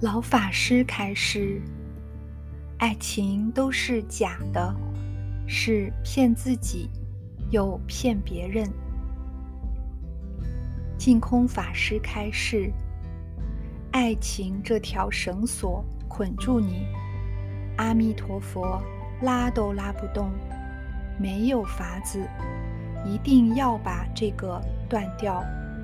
老法师开示：爱情都是假的，是骗自己，又骗别人。净空法师开示：爱情这条绳索捆住你，阿弥陀佛拉都拉不动，没有法子，一定要把这个断掉。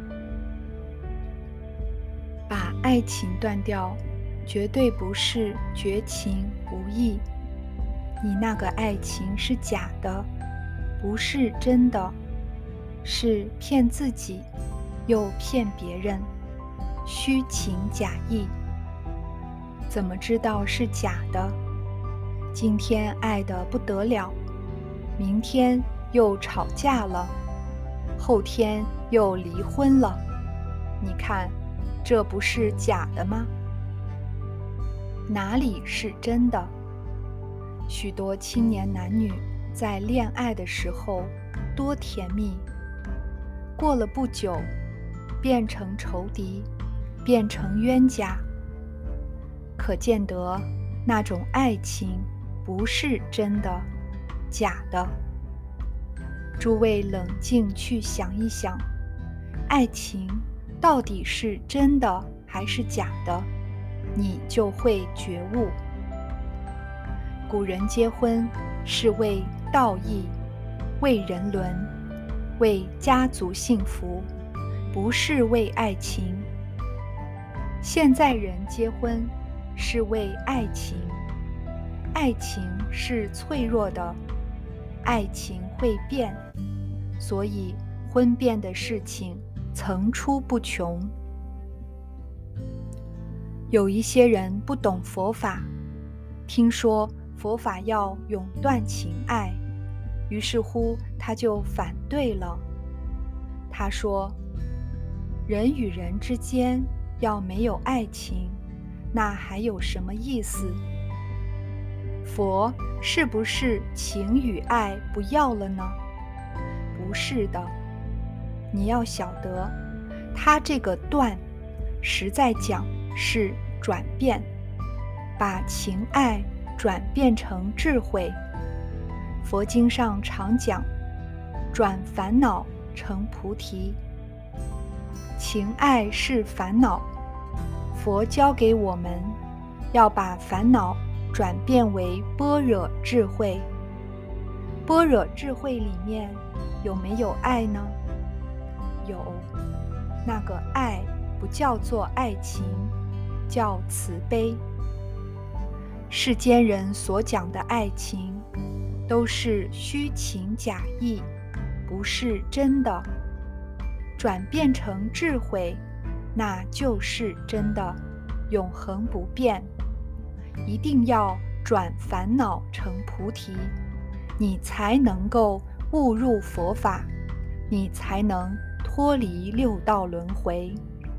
把爱情断掉，绝对不是绝情无义。你那个爱情是假的，不是真的，是骗自己，又骗别人，虚情假意。怎么知道是假的？今天爱得不得了，明天又吵架了，后天又离婚了。你看，这不是假的吗？哪里是真的？许多青年男女在恋爱的时候多甜蜜，过了不久，变成仇敌，变成冤家。可见得那种爱情不是真的，假的。诸位冷静去想一想，爱情到底是真的还是假的，你就会觉悟。古人结婚是为道义，为人伦，为家族幸福，不是为爱情。现在人结婚是为爱情，爱情是脆弱的，爱情会变，所以婚变的事情层出不穷。有一些人不懂佛法，听说佛法要永断情爱，于是乎他就反对了。他说，人与人之间要没有爱情，那还有什么意思？佛是不是情与爱不要了呢？不是的。你要晓得，他这个断，实在讲是转变，把情爱转变成智慧。佛经上常讲，转烦恼成菩提。情爱是烦恼，佛教给我们要把烦恼转变为般若智慧。般若智慧里面有没有爱呢？有。那个爱不叫做爱情，叫慈悲。世间人所讲的爱情都是虚情假意，不是真的。转变成智慧，那就是真的，永恒不变。一定要转烦恼成菩提，你才能够悟入佛法，你才能脱离六道轮回。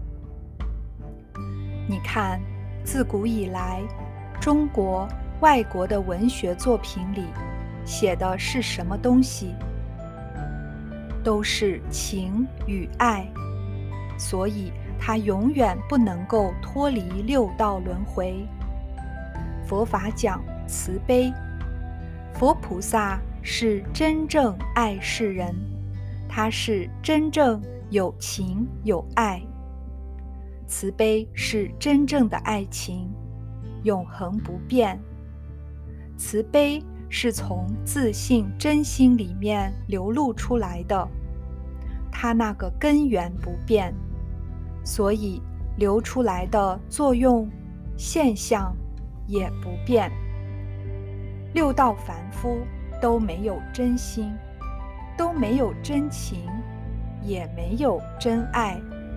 你看，自古以来，中国、外国的文学作品里写的是什么东西？都是情与爱，所以它永远不能够脱离六道轮回。佛法讲慈悲，佛菩萨是真正爱世人，他是真正有情有爱。慈悲是真正的爱情，永恒不变。慈悲是从自信真心里面流露出来的，它那个根源不变，所以流出来的作用现象也不变。六道凡夫都没有真心，都没有真情，也没有真爱。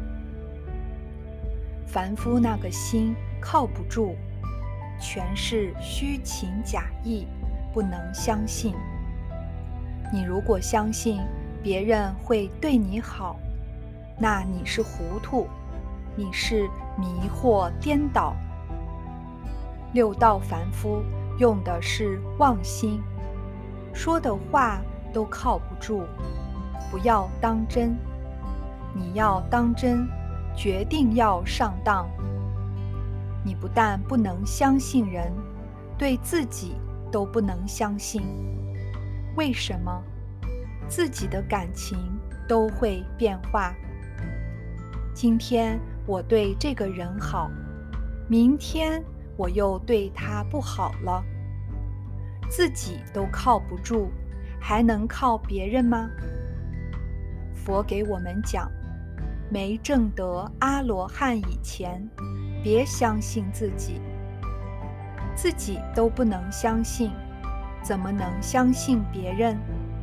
凡夫那个心靠不住，全是虚情假意，不能相信。你如果相信别人会对你好，那你是糊涂，你是迷惑颠倒。六道凡夫用的是妄心，说的话都靠不住，不要当真。你要当真，决定要上当。 你不但不能相信人，对自己都不能相信。为什么？自己的感情都会变化。今天我对这个人好，明天我又对他不好了。自己都靠不住，还能靠别人吗？佛给我们讲，没证得阿罗汉以前，别相信自己。自己都不能相信，怎么能相信别人？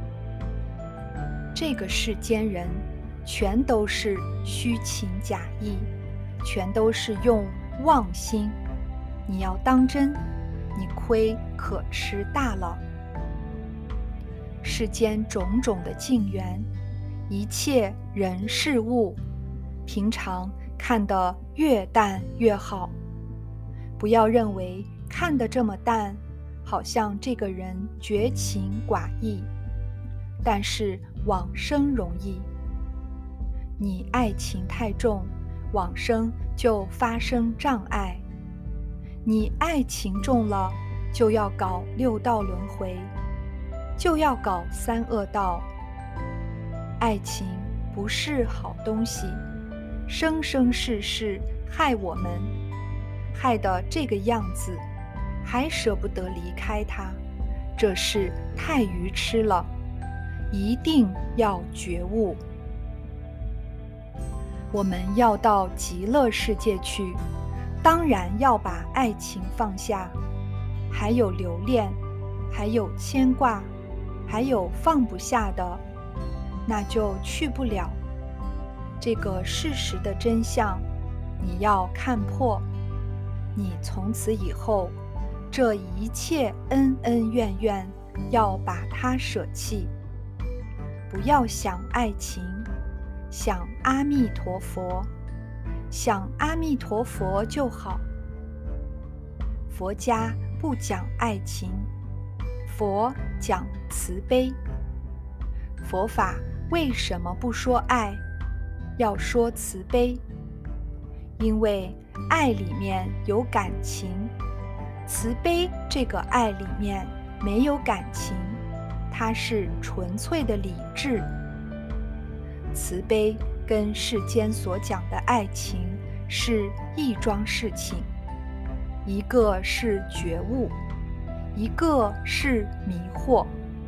这个世间人，全都是虚情假意，全都是用妄心。你要当真，你亏可吃大了。世间种种的境缘，一切人事物，平常看得越淡越好。不要认为看得这么淡，好像这个人绝情寡义，但是往生容易。你爱情太重，往生就发生障碍。你爱情重了，就要搞六道轮回，就要搞三恶道。爱情不是好东西，生生世世害我们，害得这个样子，还舍不得离开它，这是太愚痴了，一定要觉悟。我们要到极乐世界去，当然要把爱情放下，还有留恋，还有牵挂，还有放不下的，那就去不了。这个事实的真相，你要看破。你从此以后，这一切恩恩怨怨，要把它舍弃。不要想爱情，想阿弥陀佛，想阿弥陀佛就好。佛家不讲爱情，佛讲慈悲。佛法为什么不说爱，要说慈悲？因为爱里面有感情，慈悲这个爱里面没有感情，它是纯粹的理智。慈悲跟世间所讲的爱情是一桩事情，一个是觉悟，一个是迷惑。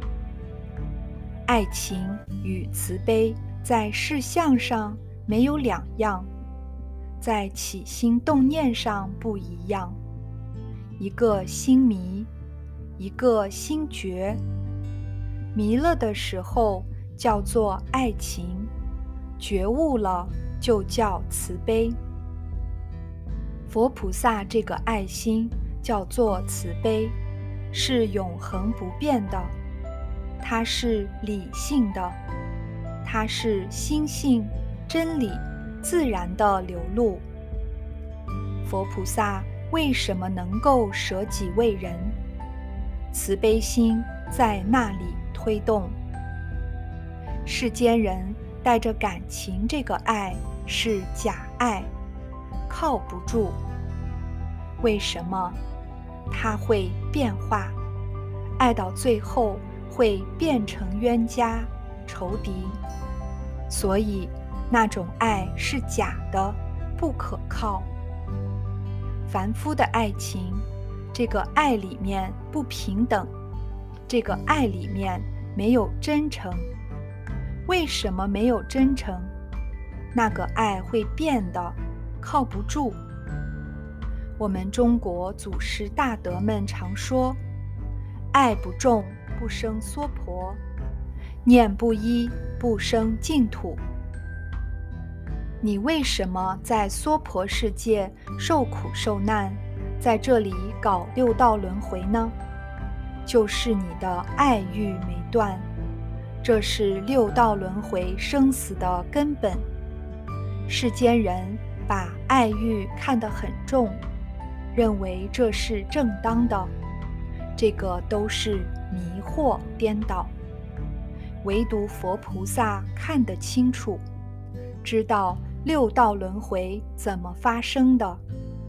爱情与慈悲在事相上没有两样，在起心动念上不一样，一个心迷，一个心觉。迷了的时候叫做爱情，觉悟了就叫慈悲。佛菩萨这个爱心叫做慈悲，是永恒不变的，它是理性的，它是心性、真理、自然的流露。佛菩萨为什么能够舍己为人？慈悲心在那里推动。世间人带着感情，这个爱是假爱，靠不住。为什么？它会变化，爱到最后会变成冤家、仇敌。所以那种爱是假的，不可靠。凡夫的爱情，这个爱里面不平等，这个爱里面没有真诚。为什么没有真诚？那个爱会变的，靠不住。我们中国祖师大德们常说，爱不重，不生娑婆；念不一，不生净土。你为什么在娑婆世界受苦受难，在这里搞六道轮回呢？就是你的爱欲没断，这是六道轮回生死的根本。世间人把爱欲看得很重，认为这是正当的，这个都是迷惑颠倒。唯独佛菩萨看得清楚，知道六道轮回怎么发生的，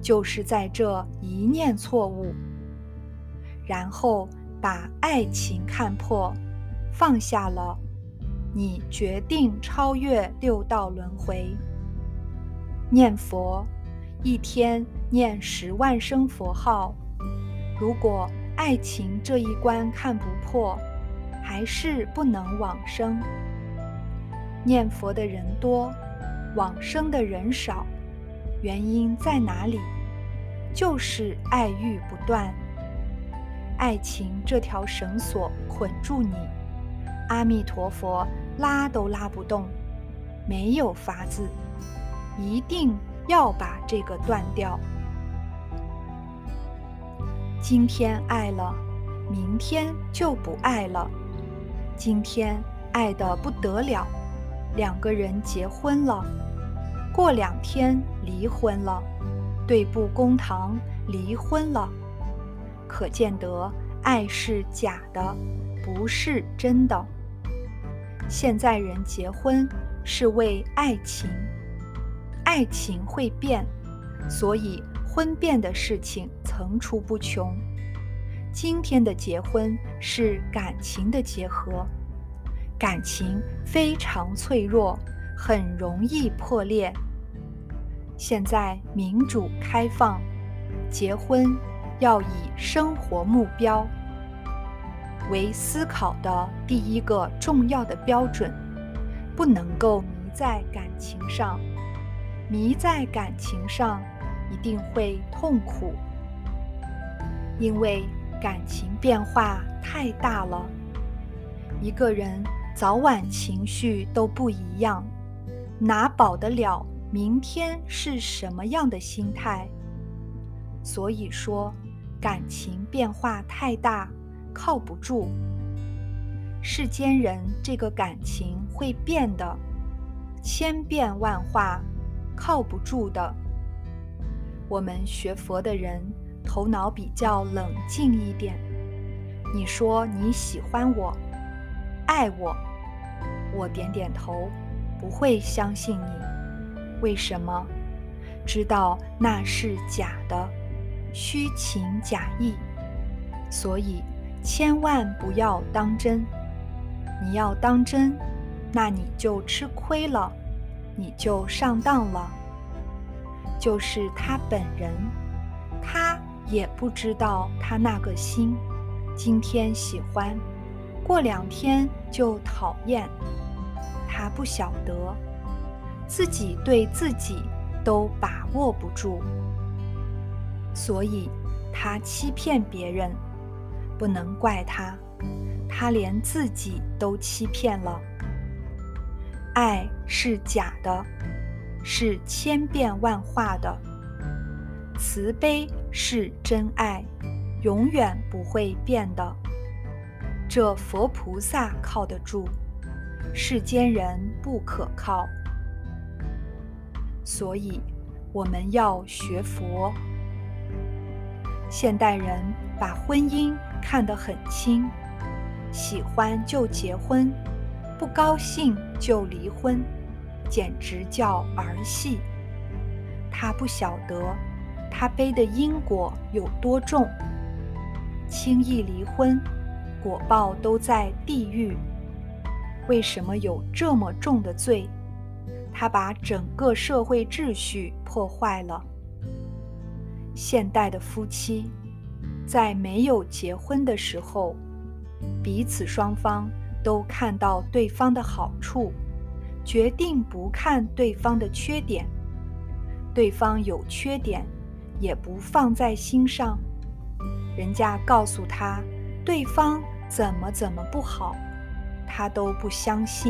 就是在这一念错误，然后把爱情看破，放下了，你决定超越六道轮回。念佛，一天念10万声佛号，如果爱情这一关看不破，还是不能往生。念佛的人多，往生的人少，原因在哪里？就是爱欲不断。爱情这条绳索捆住你，阿弥陀佛拉都拉不动，没有法子，一定要把这个断掉。今天爱了，明天就不爱了。今天爱得不得了，2个人结婚了，过2天离婚了，对簿公堂，离婚了。可见得爱是假的，不是真的。现在人结婚是为爱情，爱情会变，所以婚变的事情层出不穷。今天的结婚是感情的结合，感情非常脆弱，很容易破裂。现在民主开放，结婚要以生活目标为思考的第一个重要的标准，不能够迷在感情上，迷在感情上一定会痛苦，因为感情变化太大了，一个人早晚情绪都不一样，哪保得了明天是什么样的心态？所以说，感情变化太大，靠不住。世间人这个感情会变的，千变万化，靠不住的。我们学佛的人头脑比较冷静一点，你说你喜欢我，爱我，我点点头，不会相信你。为什么？知道那是假的，虚情假意，所以千万不要当真。你要当真，那你就吃亏了，你就上当了。就是他本人，他也不知道他那个心，今天喜欢，过2天就讨厌。他不晓得，自己对自己都把握不住，所以他欺骗别人，不能怪他，他连自己都欺骗了。爱是假的，是千变万化的，慈悲是真爱，永远不会变的。这佛菩萨靠得住，世间人不可靠。所以我们要学佛。现代人把婚姻看得很轻，喜欢就结婚，不高兴就离婚，简直叫儿戏。他不晓得他背的因果有多重，轻易离婚，果报都在地狱。为什么有这么重的罪？他把整个社会秩序破坏了。现代的夫妻在没有结婚的时候，彼此双方都看到对方的好处，决定不看对方的缺点，对方有缺点也不放在心上。人家告诉他对方怎么不好，他都不相信。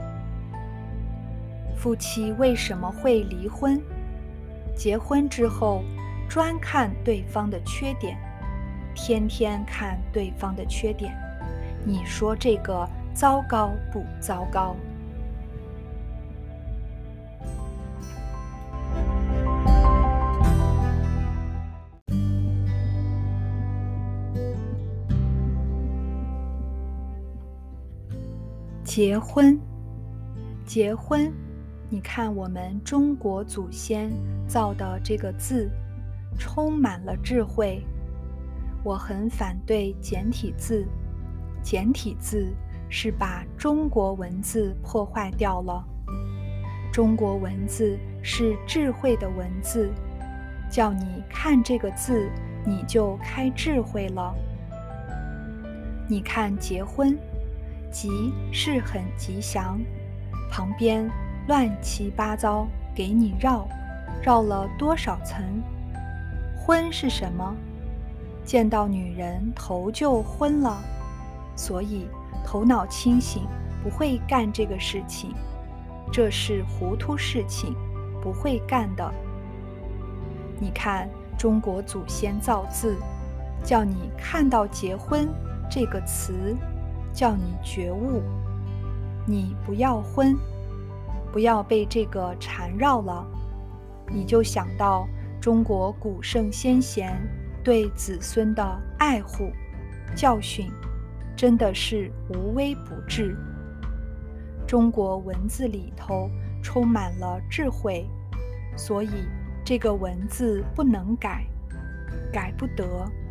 夫妻为什么会离婚？结婚之后专看对方的缺点，天天看对方的缺点，你说这个糟糕不糟糕？结婚，结婚，你看我们中国祖先造的这个字， 充满了智慧。我很反对简体字，简体字是把中国文字破坏掉了。中国文字是智慧的文字，叫你看这个字，你就开智慧了。你看结婚，吉是很吉祥，旁边乱七八糟给你绕了多少层？昏是什么？见到女人头就昏了，所以头脑清醒，不会干这个事情。这是糊涂事情，不会干的。你看中国祖先造字，叫你看到结婚这个词，叫你觉悟。你不要昏，不要被这个缠绕了，你就想到中国古圣先贤对子孙的爱护、教训，真的是无微不至。中国文字里头充满了智慧，所以这个文字不能改，改不得。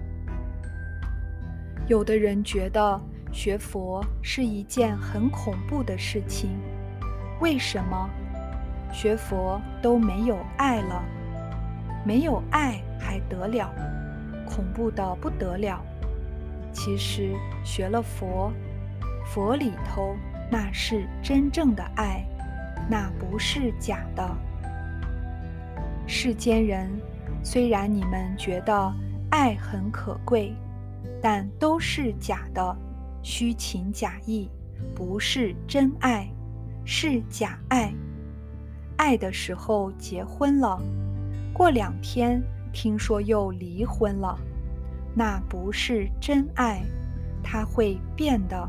有的人觉得学佛是一件很恐怖的事情，为什么？学佛都没有爱了，没有爱还得了，恐怖的不得了。其实学了佛，佛里头那是真正的爱，那不是假的。世间人，虽然你们觉得爱很可贵，但都是假的，虚情假意，不是真爱，是假爱。爱的时候结婚了，过2天听说又离婚了，那不是真爱，它会变的。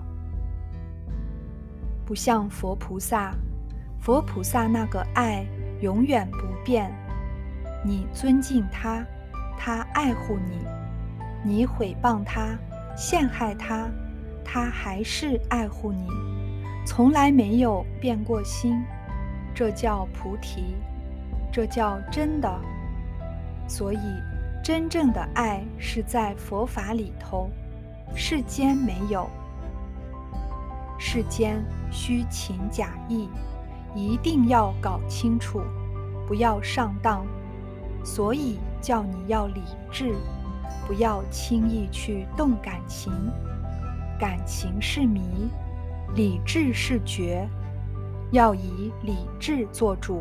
不像佛菩萨，佛菩萨那个爱永远不变。你尊敬他，他爱护你；你毁谤他、陷害他，他还是爱护你，从来没有变过心。这叫菩提，这叫真的。所以，真正的爱是在佛法里头，世间没有。世间虚情假意，一定要搞清楚，不要上当。所以叫你要理智，不要轻易去动感情。感情是迷，理智是觉，要以理智做主。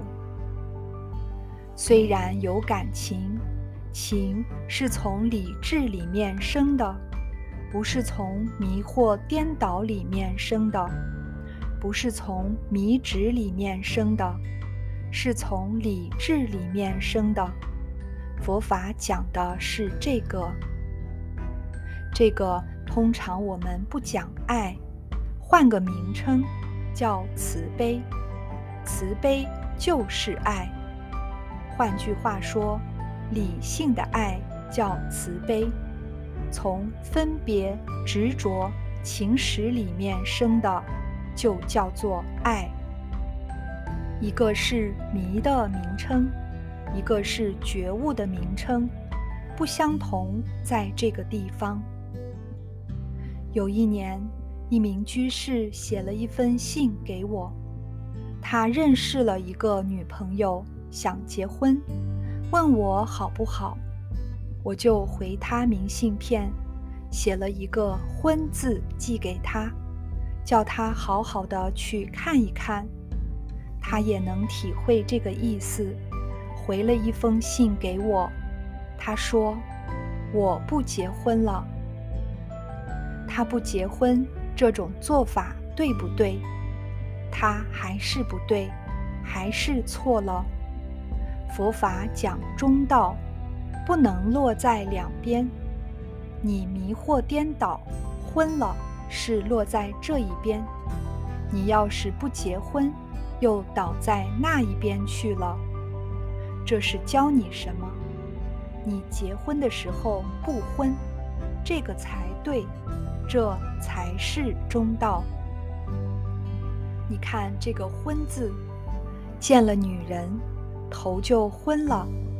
虽然有感情，情是从理智里面生的，不是从迷惑颠倒里面生的，不是从迷执里面生的，是从理智里面生的。佛法讲的是这个。这个通常我们不讲爱，换个名称叫慈悲。慈悲就是爱。换句话说，理性的爱叫慈悲，从分别、执着、情识里面生的，就叫做爱。一个是迷的名称，一个是觉悟的名称，不相同在这个地方。有一年，一名居士写了一封信给我，他认识了一个女朋友，想结婚，问我好不好。我就回他明信片，写了一个婚字寄给他，叫他好好的去看一看。他也能体会这个意思，回了一封信给我。他说我不结婚了。他不结婚这种做法对不对？他还是不对，还是错了。佛法讲中道，不能落在两边。你迷惑颠倒，昏了，是落在这一边；你要是不结婚，又倒在那一边去了。这是教你什么？你结婚的时候不婚，这个才对，这才是中道。你看这个婚字，见了女人，头就昏了，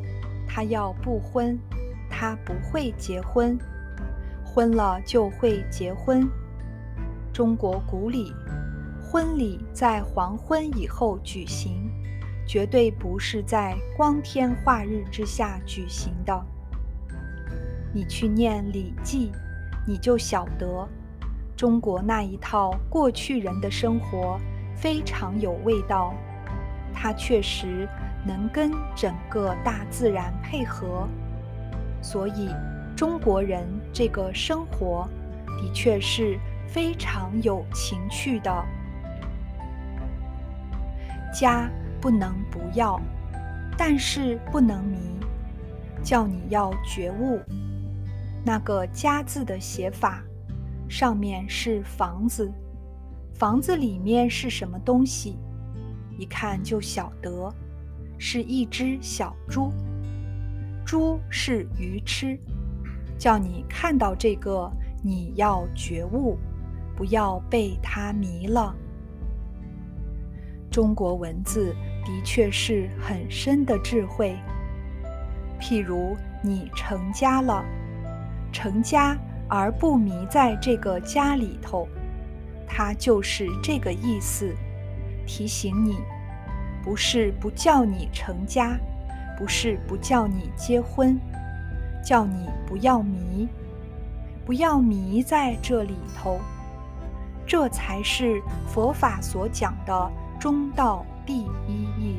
他要不婚，他不会结婚，婚了就会结婚。中国古礼，婚礼在黄昏以后举行，绝对不是在光天化日之下举行的。你去念《礼记》，你就晓得，中国那一套过去人的生活非常有味道，它确实能跟整个大自然配合，所以中国人这个生活的确是非常有情趣的。家不能不要，但是不能迷，叫你要觉悟。那个家字的写法，上面是房子，房子里面是什么东西？一看就晓得，是一只小猪。猪是愚痴，叫你看到这个，你要觉悟，不要被它迷了。中国文字的确是很深的智慧。譬如你成家了，成家而不迷在这个家里头，它就是这个意思，提醒你，不是不叫你成家，不是不叫你结婚，叫你不要迷，不要迷在这里头，这才是佛法所讲的中道第一义。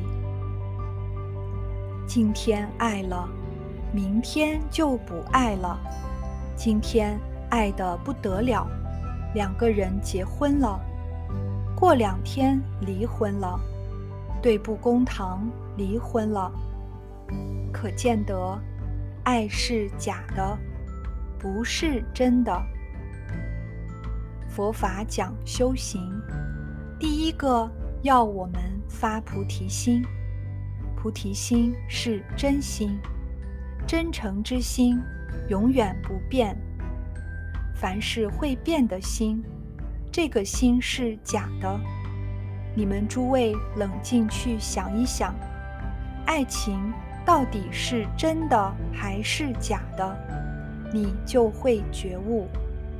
今天爱了，明天就不爱了。今天爱得不得了，两个人结婚了，过2天离婚了，对簿公堂离婚了。可见得，爱是假的，不是真的。佛法讲修行，第一个要我们发菩提心，菩提心是真心，真诚之心永远不变。凡是会变的心，这个心是假的。你们诸位冷静去想一想，爱情到底是真的还是假的，你就会觉悟。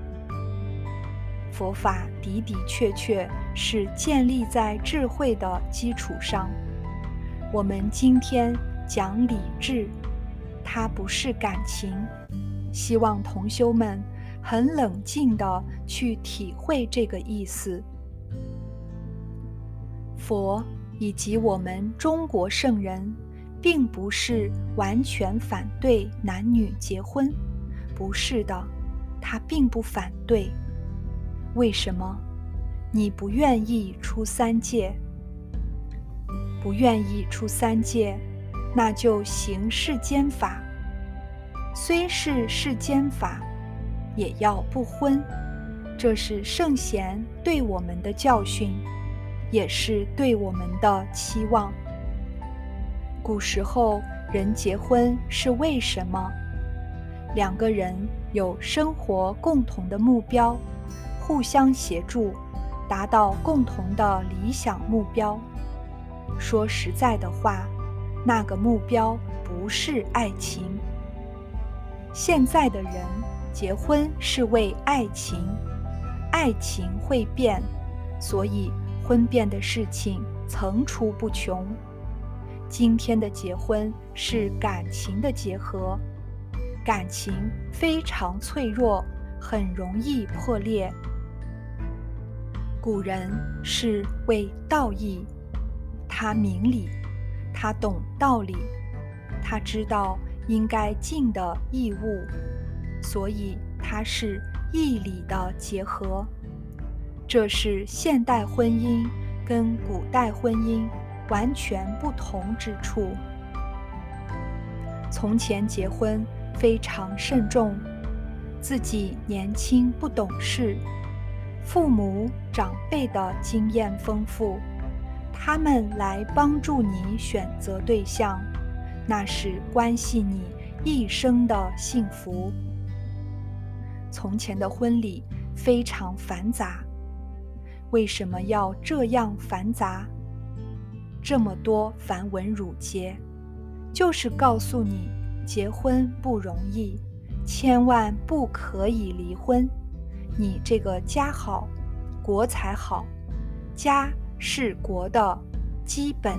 佛法的的确确是建立在智慧的基础上。我们今天讲理智，它不是感情，希望同修们很冷静地去体会这个意思。佛以及我们中国圣人并不是完全反对男女结婚，不是的，他并不反对。为什么？你不愿意出三界，不愿意出三界，那就行世间法。虽是世间法，也要不婚，这是圣贤对我们的教训，也是对我们的期望。古时候人结婚是为什么？两个人有生活共同的目标，互相协助，达到共同的理想目标。说实在的话，那个目标不是爱情。现在的人结婚是为爱情，爱情会变，所以婚变的事情层出不穷。今天的结婚是感情的结合，感情非常脆弱，很容易破裂。古人是为道义，他明理，他懂道理，他知道应该尽的义务，所以它是义理的结合。这是现代婚姻跟古代婚姻完全不同之处。从前结婚非常慎重，自己年轻不懂事，父母长辈的经验丰富，他们来帮助你选择对象，那是关系你一生的幸福。从前的婚礼非常繁杂，为什么要这样繁杂？这么多繁文缛节，就是告诉你结婚不容易，千万不可以离婚。你这个家好，国才好，家是国的基本。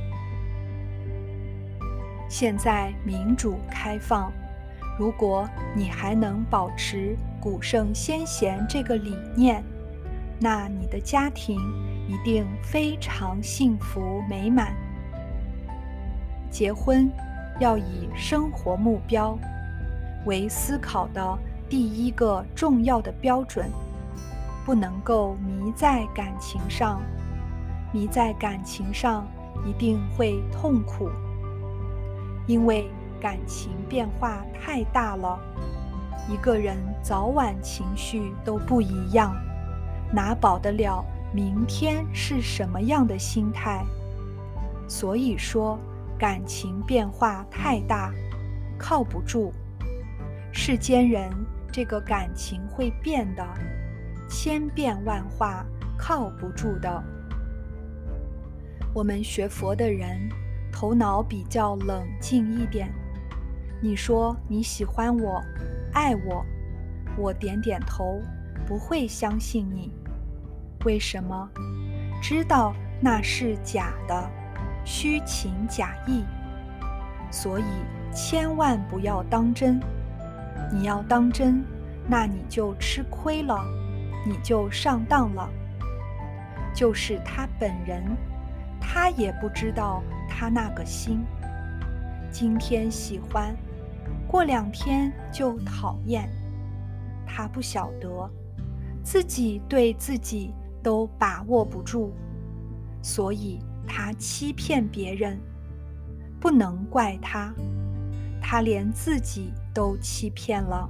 现在民主开放，如果你还能保持古圣先贤这个理念，那你的家庭一定非常幸福美满。结婚要以生活目标为思考的第一个重要的标准，不能够迷在感情上，迷在感情上一定会痛苦，因为感情变化太大了，一个人早晚情绪都不一样，哪保得了明天是什么样的心态？所以说，感情变化太大，靠不住。世间人这个感情会变的，千变万化，靠不住的。我们学佛的人，头脑比较冷静一点。你说你喜欢我，爱我，我点点头，不会相信你。为什么？知道那是假的，虚情假意，所以千万不要当真。你要当真，那你就吃亏了，你就上当了。就是他本人，他也不知道他那个心。今天喜欢，过2天就讨厌。他不晓得，自己对自己都把握不住，所以他欺骗别人。不能怪他，他连自己都欺骗了。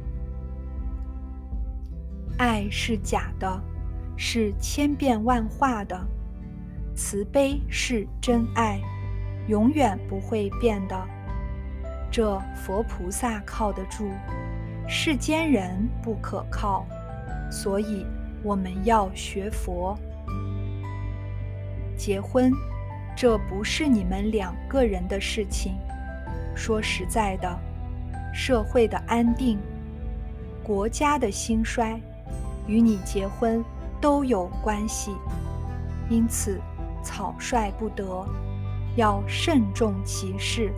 爱是假的，是千变万化的。慈悲是真爱，永远不会变的。这佛菩萨靠得住，世间人不可靠，所以我们要学佛。结婚，这不是你们2个人的事情。说实在的，社会的安定，国家的兴衰，与你结婚都有关系。因此，草率不得，要慎重其事。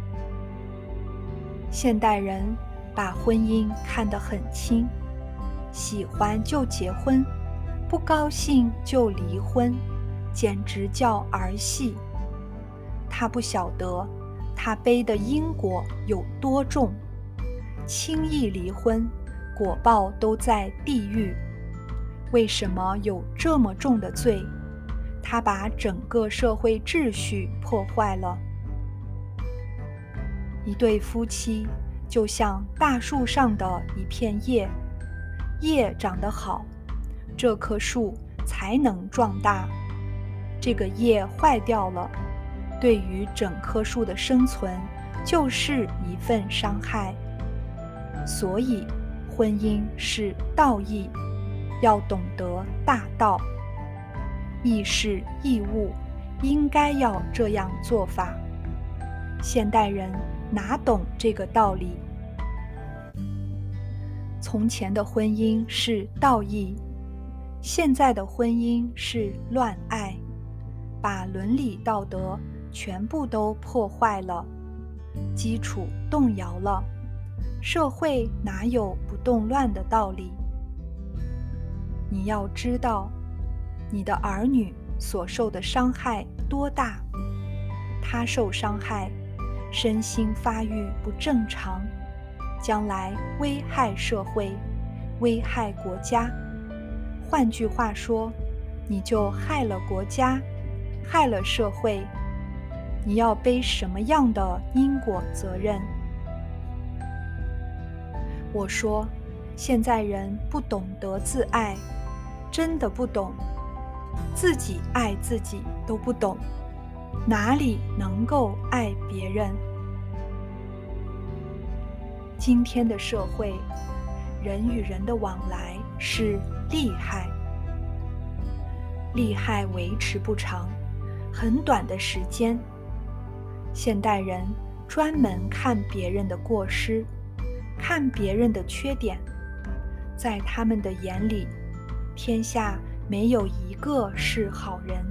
现代人把婚姻看得很轻，喜欢就结婚，不高兴就离婚，简直叫儿戏。他不晓得他背的因果有多重，轻易离婚，果报都在地狱。为什么有这么重的罪？他把整个社会秩序破坏了。一对夫妻就像大树上的一片叶，叶长得好，这棵树才能壮大。这个叶坏掉了，对于整棵树的生存就是一份伤害。所以，婚姻是道义，要懂得大道。义是义务，应该要这样做法。现代人哪懂这个道理？从前的婚姻是道义，现在的婚姻是乱爱，把伦理道德全部都破坏了，基础动摇了，社会哪有不动乱的道理？你要知道，你的儿女所受的伤害多大，他受伤害，身心发育不正常，将来危害社会，危害国家。换句话说，你就害了国家，害了社会，你要背什么样的因果责任？我说，现在人不懂得自爱，真的不懂，自己爱自己都不懂，哪里能够爱别人？今天的社会，人与人的往来是利害，利害维持不长，很短的时间。现代人专门看别人的过失，看别人的缺点。在他们的眼里，天下没有一个是好人。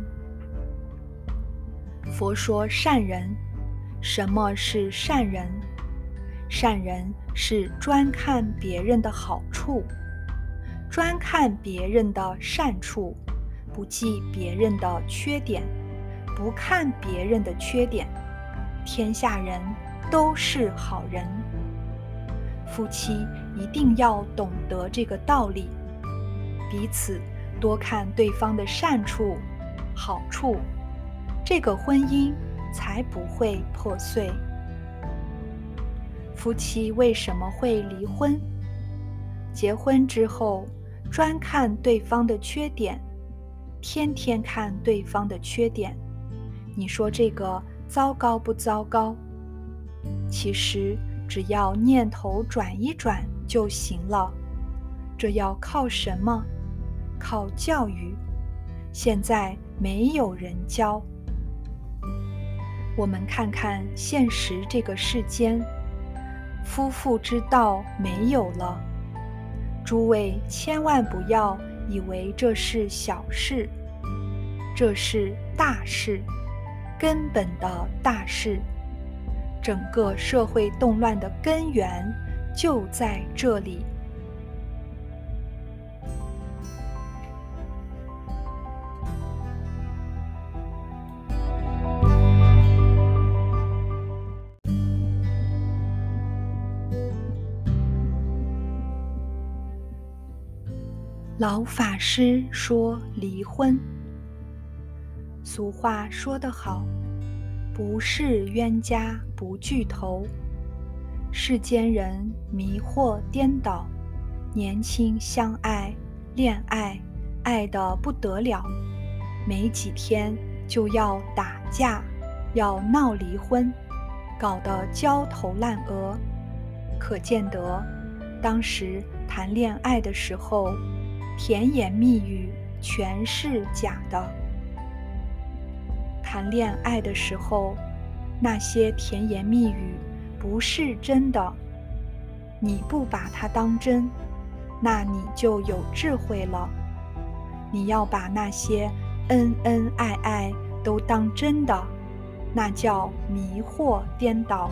佛说善人，什么是善人？善人是专看别人的好处，专看别人的善处，不记别人的缺点，不看别人的缺点。天下人都是好人。夫妻一定要懂得这个道理，彼此多看对方的善处、好处，这个婚姻才不会破碎。夫妻为什么会离婚？结婚之后，专看对方的缺点，天天看对方的缺点，你说这个糟糕不糟糕？其实只要念头转一转就行了。这要靠什么？靠教育。现在没有人教。我们看看现实这个世间，夫妇之道没有了。诸位千万不要以为这是小事，这是大事，根本的大事。整个社会动乱的根源就在这里。老法师说离婚。俗话说得好，不是冤家不聚头。世间人迷惑颠倒，年轻相爱，恋爱，爱得不得了，没几天就要打架，要闹离婚，搞得焦头烂额。可见得，当时谈恋爱的时候，甜言蜜语全是假的。谈恋爱的时候，那些甜言蜜语不是真的。你不把它当真，那你就有智慧了。你要把那些恩恩爱爱都当真的，那叫迷惑颠倒。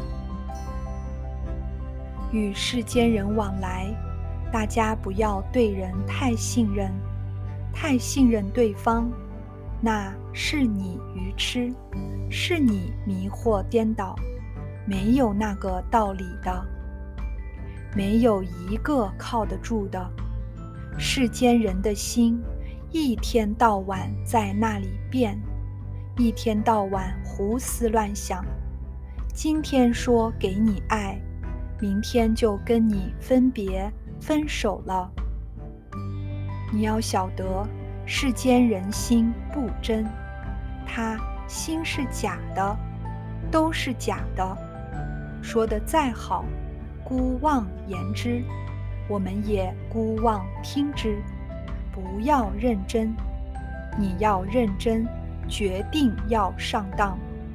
与世间人往来，大家不要对人太信任，太信任对方，那是你愚痴，是你迷惑颠倒，没有那个道理的，没有一个靠得住的。世间人的心一天到晚在那里变，一天到晚胡思乱想，今天说给你爱，明天就跟你分别分手了。你要晓得，世间人心不真，他心是假的，都是假的。说得再好，姑妄言之，我们也姑妄听之。不要认真，你要认真，决定要上当。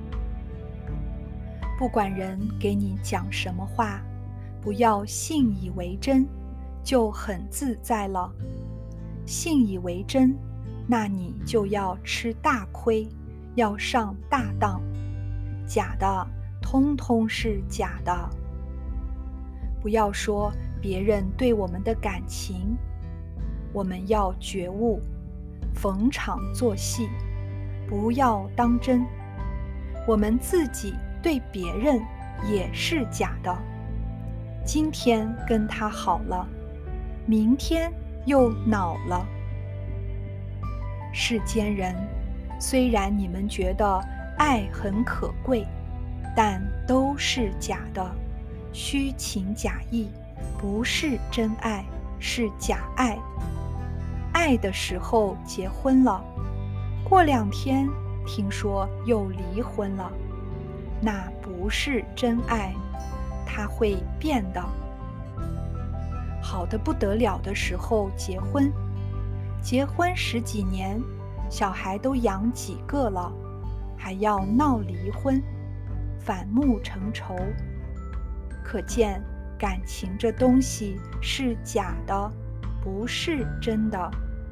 不管人给你讲什么话，不要信以为真，就很自在了。信以为真，那你就要吃大亏，要上大当。假的，通通是假的。不要说别人对我们的感情，我们要觉悟，逢场作戏，不要当真。我们自己对别人也是假的。今天跟他好了，明天又恼了。世间人，虽然你们觉得爱很可贵，但都是假的，虚情假意，不是真爱，是假爱。爱的时候结婚了，过2天听说又离婚了，那不是真爱，它会变的。好的不得了的时候结婚，结婚10几年，小孩都养几个了，还要闹离婚， 反目成仇。可见，感情这东西是假的，不是真的。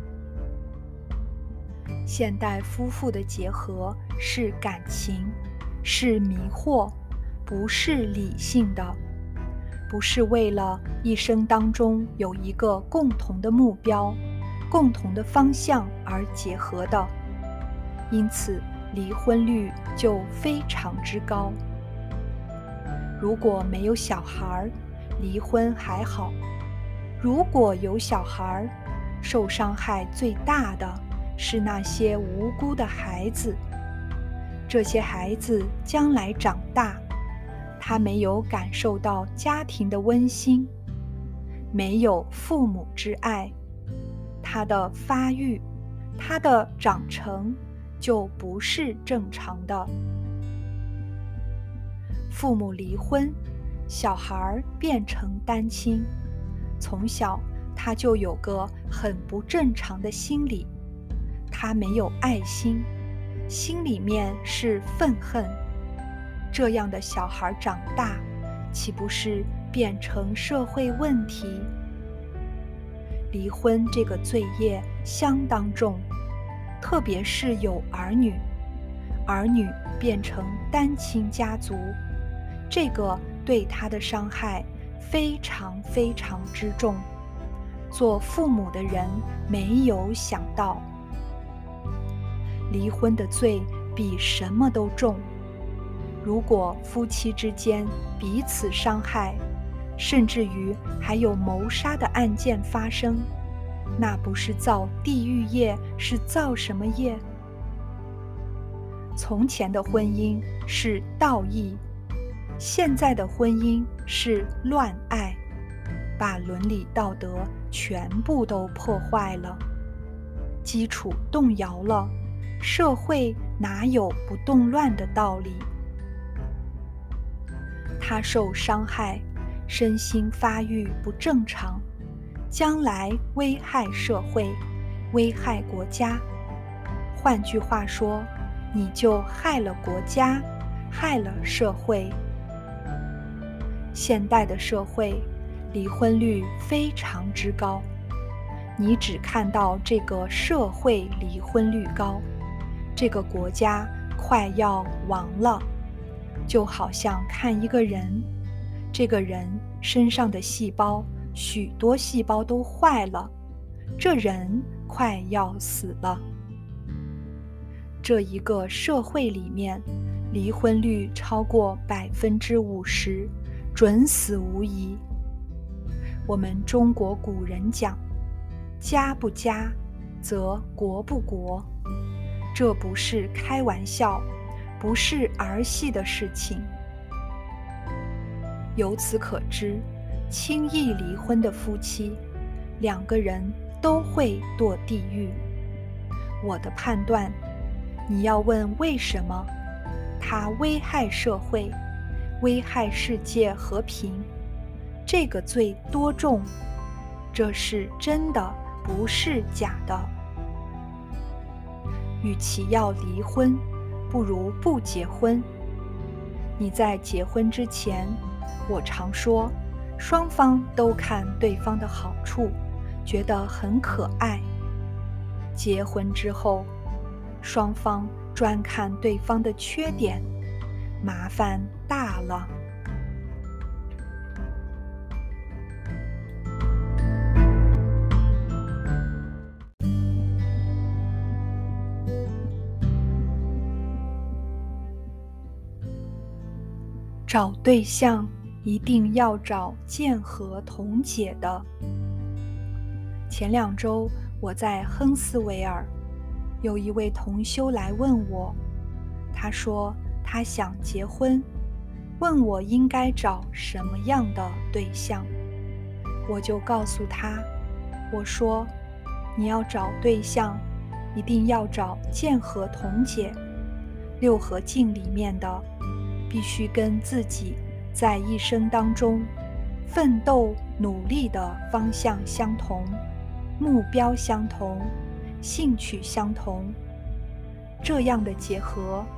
现代夫妇的结合是感情，是迷惑，不是理性的，不是为了一生当中有一个共同的目标、共同的方向而结合的，因此离婚率就非常之高。如果没有小孩，离婚还好；如果有小孩，受伤害最大的是那些无辜的孩子。这些孩子将来长大，他没有感受到家庭的温馨，没有父母之爱，他的发育，他的长成就不是正常的。父母离婚，小孩变成单亲，从小他就有个很不正常的心理，他没有爱心，心里面是愤恨。这样的小孩长大，岂不是变成社会问题？离婚这个罪业相当重，特别是有儿女，儿女变成单亲家族，这个对他的伤害非常非常之重。做父母的人没有想到，离婚的罪比什么都重。如果夫妻之间彼此伤害，甚至于还有谋杀的案件发生，那不是造地狱业，是造什么业？从前的婚姻是道义，现在的婚姻是乱爱，把伦理道德全部都破坏了，基础动摇了，社会哪有不动乱的道理？他受伤害，身心发育不正常，将来危害社会，危害国家。换句话说，你就害了国家，害了社会。现代的社会离婚率非常之高，你只看到这个社会离婚率高，这个国家快要亡了。就好像看一个人，这个人身上的细胞，许多细胞都坏了，这人快要死了。这一个社会里面，离婚率超过50%，准死无疑。我们中国古人讲，家不家，则国不国，这不是开玩笑，不是儿戏的事情。由此可知，轻易离婚的夫妻，两个人都会堕地狱。我的判断，你要问为什么，它危害社会，危害世界和平，这个罪多重？这是真的，不是假的。与其要离婚，不如不结婚。你在结婚之前，我常说，双方都看对方的好处，觉得很可爱。结婚之后，双方专看对方的缺点，麻烦大了。找对象一定要找见合同解的。前2周我在亨斯维尔，有一位同修来问我，他说他想结婚，问我应该找什么样的对象。我就告诉他，我说你要找对象，一定要找见合同解，6合镜里面的，必须跟自己在一生当中奋斗努力的方向相同，目标相同，兴趣相同，这样的结合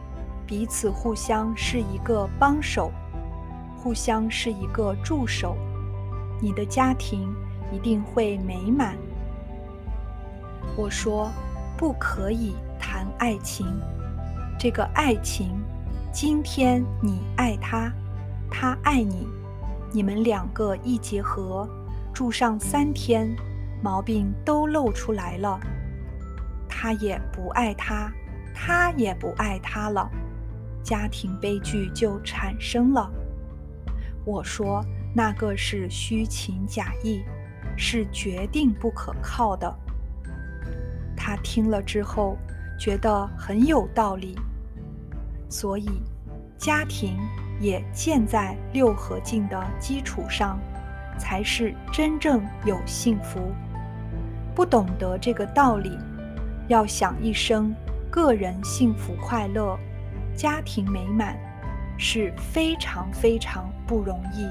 彼此互相是一个帮手，互相是一个助手，你的家庭一定会美满。我说，不可以谈爱情。这个爱情，今天你爱他，他爱你，你们两个一结合，住上3天，毛病都露出来了。他也不爱他，他也不爱他了，家庭悲剧就产生了。我说，那个是虚情假意，是决定不可靠的。他听了之后，觉得很有道理。所以，家庭也建在6合敬的基础上，才是真正有幸福。不懂得这个道理，要想一生个人幸福快乐，家庭美满，是非常非常不容易。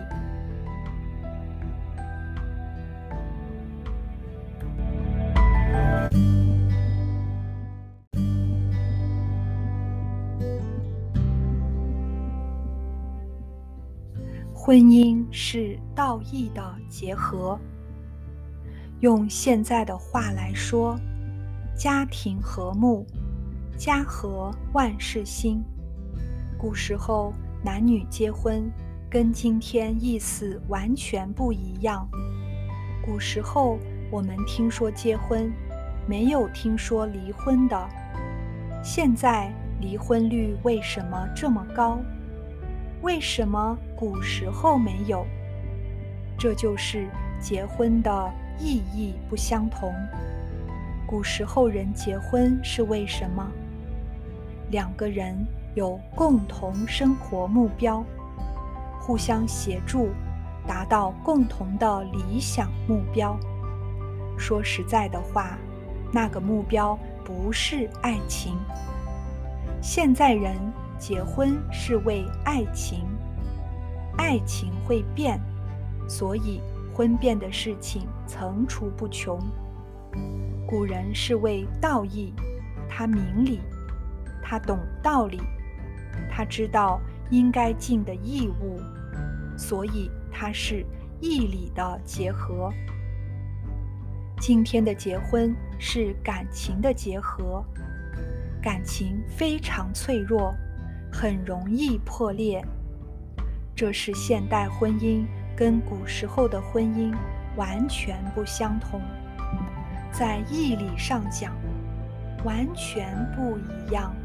婚姻是道义的结合。用现在的话来说，家庭和睦，家和万事兴。古时候男女结婚跟今天意思完全不一样。古时候我们听说结婚，没有听说离婚的。现在离婚率为什么这么高？为什么古时候没有？这就是结婚的意义不相同。古时候人结婚是为什么？2个人有共同生活目标，互相协助，达到共同的理想目标。说实在的话，那个目标不是爱情。现在人结婚是为爱情，爱情会变，所以婚变的事情层出不穷。古人是为道义，他明理，他懂道理，他知道应该尽的义务，所以他是义理的结合。今天的结婚是感情的结合，感情非常脆弱，很容易破裂。这是现代婚姻跟古时候的婚姻完全不相同，在义理上讲，完全不一样。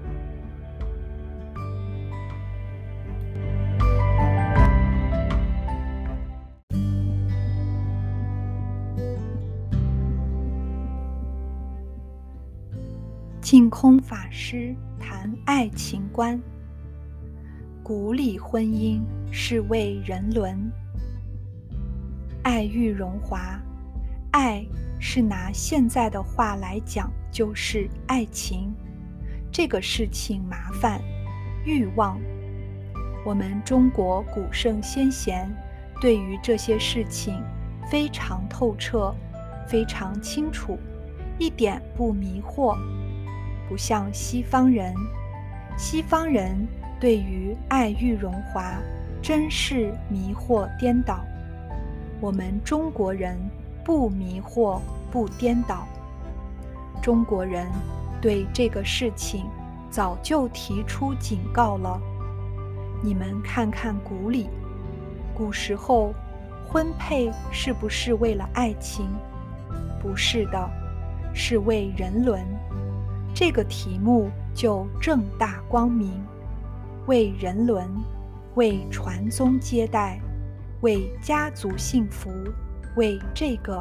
净空法师谈爱情观。古礼婚姻是为人伦，爱欲荣华，爱是拿现在的话来讲就是爱情，这个事情麻烦，欲望。我们中国古圣先贤对于这些事情非常透彻，非常清楚，一点不迷惑。不像西方人，西方人对于爱欲荣华真是迷惑颠倒。我们中国人不迷惑不颠倒，中国人对这个事情早就提出警告了。你们看看古礼，古时候婚配是不是为了爱情？不是的，是为人伦。这个题目就正大光明，为人伦，为传宗接代，为家族幸福，为这个。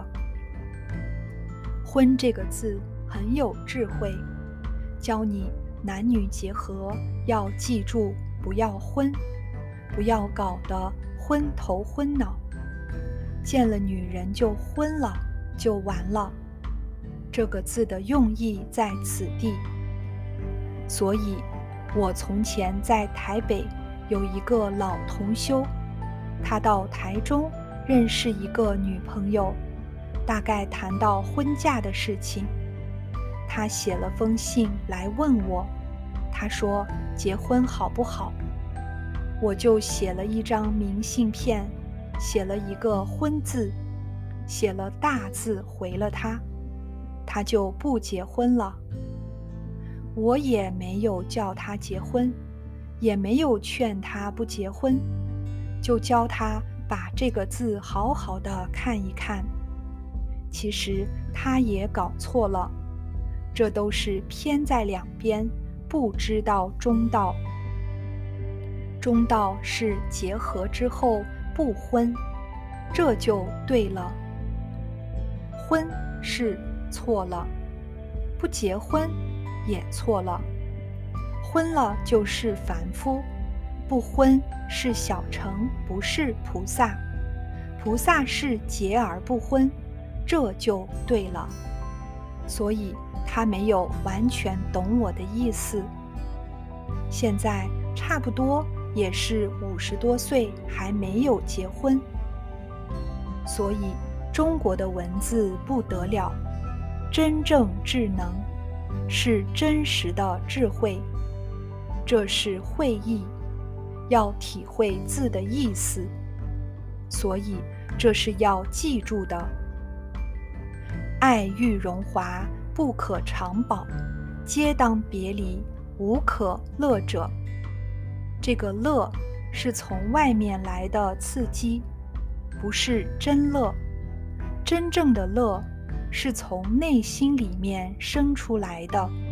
婚这个字很有智慧，教你男女结合要记住，不要婚，不要搞得昏头昏脑，见了女人就昏了，就完了。这个字的用意在此地。所以，我从前在台北有一个老同修，他到台中认识一个女朋友，大概谈到婚嫁的事情。他写了封信来问我， 他说结婚好不好？我就写了一张明信片，写了一个婚字，写了大字回了他，他就不结婚了。我也没有叫他结婚，也没有劝他不结婚，就教他把这个字好好的看一看。其实他也搞错了，这都是偏在两边，不知道中道。中道是结合之后不婚，这就对了。婚是错了，不结婚也错了。婚了就是凡夫，不婚是小乘，不是菩萨。菩萨是结而不婚，这就对了。所以他没有完全懂我的意思。现在差不多也是50多岁，还没有结婚。所以中国的文字不得了，真正智能，是真实的智慧，这是会意，要体会字的意思，所以这是要记住的。爱欲荣华，不可长保，皆当别离，无可乐者。这个乐是从外面来的刺激，不是真乐。真正的乐是从内心里面生出来的。